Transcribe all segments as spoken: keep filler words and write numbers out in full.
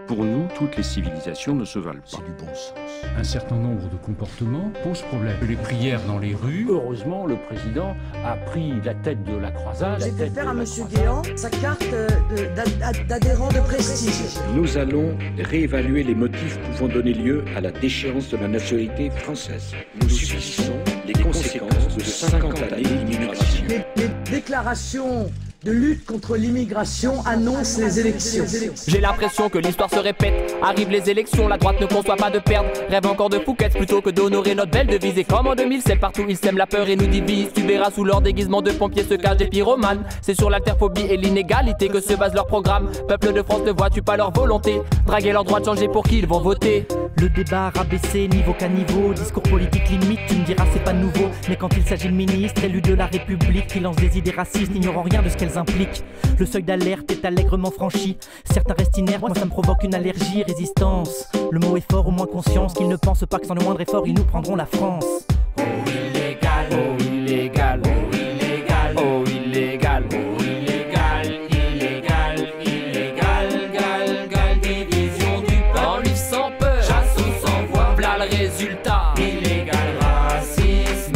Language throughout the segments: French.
Pour nous, toutes les civilisations ne se valent pas. C'est du bon sens. Un certain nombre de comportements posent problème. Les prières dans les rues. Heureusement, le président a pris la tête de la croisade. J'ai fait faire à M. Guéant sa carte d'adhérent de prestige. Nous allons réévaluer les motifs pouvant donner lieu à la déchéance de la nationalité française. Nous subissons les conséquences de cinquante années d'immigration. Les, les déclarations de lutte contre l'immigration annonce les élections. J'ai l'impression que l'histoire se répète. Arrivent les élections, la droite ne conçoit pas de perdre. Rêve encore de Fouquet plutôt que d'honorer notre belle devise. Et comme en deux mille sept, partout ils sèment la peur et nous divisent. Tu verras sous leur déguisement de pompiers se cachent des pyromanes. C'est sur l'alterphobie et l'inégalité que se base leur programme. Peuple de France, ne vois-tu pas leur volonté? Draguer leur droit de changer pour qui ils vont voter. Le débat rabaissé niveau qu'à niveau. Discours politique limite, tu me diras c'est pas nouveau. Mais quand il s'agit de ministres élus de la République qui lancent des idées racistes, n'ignorant rien de ce qu'elles impliquent. Le seuil d'alerte est allègrement franchi. Certains restent inertes, moi ça me provoque une allergie. Résistance, le mot est fort, au moins conscience qu'ils ne pensent pas que sans le moindre effort ils nous prendront la France. Oh illégal, oh illégal, oh illégal, oh illégal, oh illégal, illégal, illégal, gal, gal, division du peuple. En livre sans peur, chasse ou sans voix, v'là le résultat. Illégal, racisme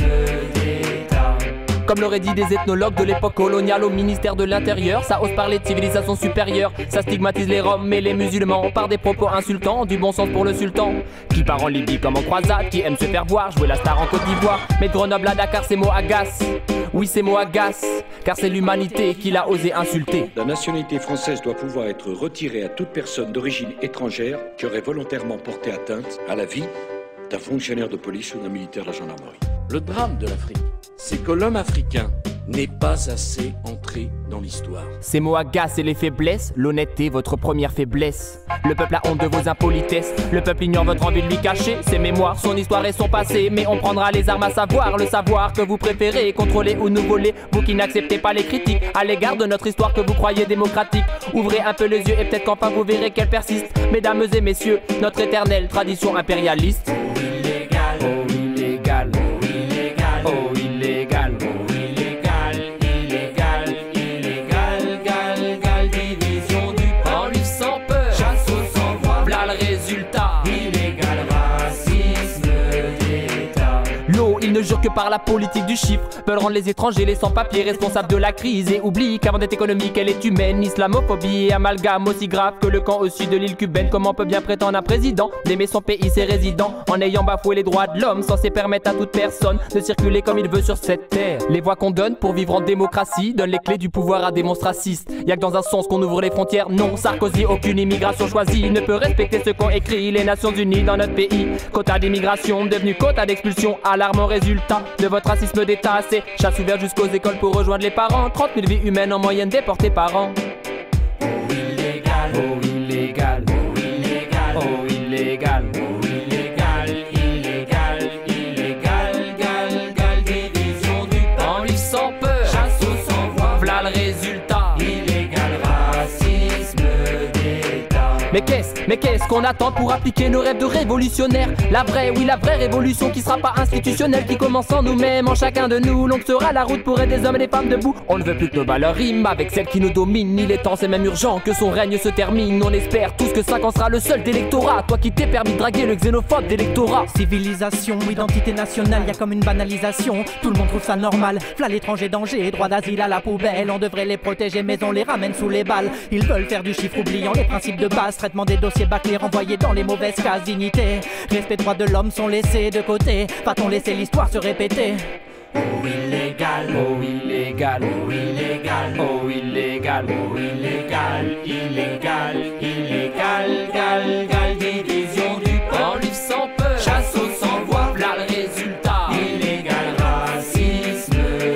d'État. Comme l'auraient dit des ethnologues de l'époque coloniale au ministère de l'Intérieur, ça ose parler de civilisation supérieure, ça stigmatise les Roms et les musulmans par des propos insultants, du bon sens pour le sultan. Qui part en Libye comme en croisade, qui aime se faire voir, jouer la star en Côte d'Ivoire. Mais de Grenoble à Dakar, ces mots agacent. Oui, ces mots agacent, car c'est l'humanité qui l'a osé insulter. La nationalité française doit pouvoir être retirée à toute personne d'origine étrangère qui aurait volontairement porté atteinte à la vie d'un fonctionnaire de police ou d'un militaire de la gendarmerie. Le drame de l'Afrique, c'est que l'homme africain n'est pas assez entré dans l'histoire. Ces mots agacent et les faiblesses, l'honnêteté, votre première faiblesse. Le peuple a honte de vos impolitesses, le peuple ignore votre envie de lui cacher ses mémoires, son histoire et son passé. Mais on prendra les armes à savoir, le savoir que vous préférez contrôler ou nous voler. Vous qui n'acceptez pas les critiques à l'égard de notre histoire que vous croyez démocratique. Ouvrez un peu les yeux et peut-être qu'enfin vous verrez qu'elle persiste. Mesdames et messieurs, notre éternelle tradition impérialiste. Oh illégal, oh illégal, oh illégal, oh illégal, oh illégal, illégal, illégal, gal, gal, division du peuple. En livre sans peur, chasse ou sans voix, v'là le résultat. Illégal, racisme d'État. L'eau, ils ne jurent que par la politique du chiffre, veulent rendre les étrangers, les sans-papiers responsables de la crise. Et oublient qu'avant d'être économique, elle est humaine. Islamophobie et amalgame aussi grave que le camp au sud de l'île cubaine. Comment peut bien prétendre un président d'aimer son pays, ses résidents, en ayant bafoué les droits de l'homme, censé permettre à toute personne de circuler comme il veut sur cette terre. Les voix qu'on donne pour vivre en démocratie donnent les clés du pouvoir à des monstres racistes. Y'a que dans un sens qu'on ouvre les frontières, non. Sarkozy, aucune immigration choisie ne peut respecter ce qu'ont écrit les Nations Unies dans notre pays. Quota d'immigration devenu quota d'expulsion, alarme au résultat de votre racisme d'État. C'est chasse ouverte jusqu'aux écoles pour rejoindre les parents. Trente mille vies humaines en moyenne déportées par an. Oh illégal, oh illégal, oh illégal, oh illégal, oh illégal, illégal, illégal, gal, gal, division du peuple. En livre sans peur, chasse ou sans voix, v'là le résultat. Illégal, racisme d'État. Mais qu'est-ce, mais qu'est-ce qu'on attend pour appliquer nos rêves de révolutionnaires? La vraie, oui la vraie révolution qui sera pas institutionnelle, qui commence en nous-mêmes, en chacun de nous. Longue sera la route pour aider des hommes et des femmes debout. On ne veut plus que nos valeurs riment avec celles qui nous dominent. Il est temps, c'est même urgent que son règne se termine. On espère tous que cinq ans sera le seul d'électorat. Toi qui t'es permis de draguer le xénophobe d'électorat. Civilisation, identité nationale, y a comme une banalisation. Tout le monde trouve ça normal. V'là l'étranger danger, droit d'asile à la poubelle. On devrait les protéger mais on les ramène sous les balles. Ils veulent faire du chiffre oubliant les principes de base. Traitement des dossiers bâclés renvoyés dans les mauvaises cases. Dignité, respect, droits de l'homme sont laissés de côté. Va-t-on laisser l'histoire se répéter? Oh illégal, oh illégal, oh illégal, oh illégal, oh illégal, illégal, illégal, gal, gal, division du peuple. En livre sans peur, chasse ou sans voix, v'là le résultat. Illégal, racisme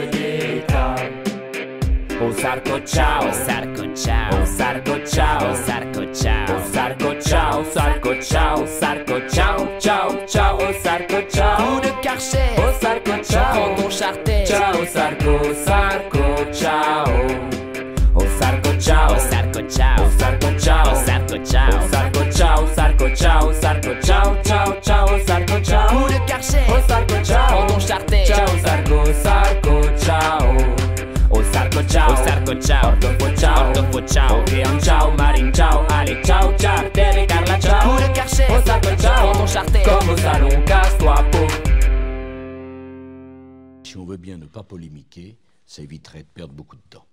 d'État. Oh Sarko ciao, Sarko ciao, oh Sarko ciao, Sarko ciao, Sarko ciao, Sarko ciao, Sarko ciao, ciao, ciao, oh Sarko ciao. Coup de Karcher, oh Sarko ciao, prends ton charter. Ciao Sarko, Sarko ciao. Oh Sarko ciao, Sarko ciao, Sarko ciao, Sarko ciao, Sarko ciao, Sarko ciao, Sarko ciao, ciao, ciao, Sarko ciao. Coup de Karcher, oh Sarko ciao, prends ton charter. Ciao Sarko, Sarko ciao. Oh Sarko sarco ciao, oh sarco ciao, ortofo ciao, ortofo ciao, Océan ciao, Marine ciao, allez ciao ciao, Terre Carla ciao, pour le Karcher, oh sarco ciao, ton charter, comme au salon, casse-toi peau. Si on veut bien ne pas polémiquer, ça éviterait de perdre beaucoup de temps.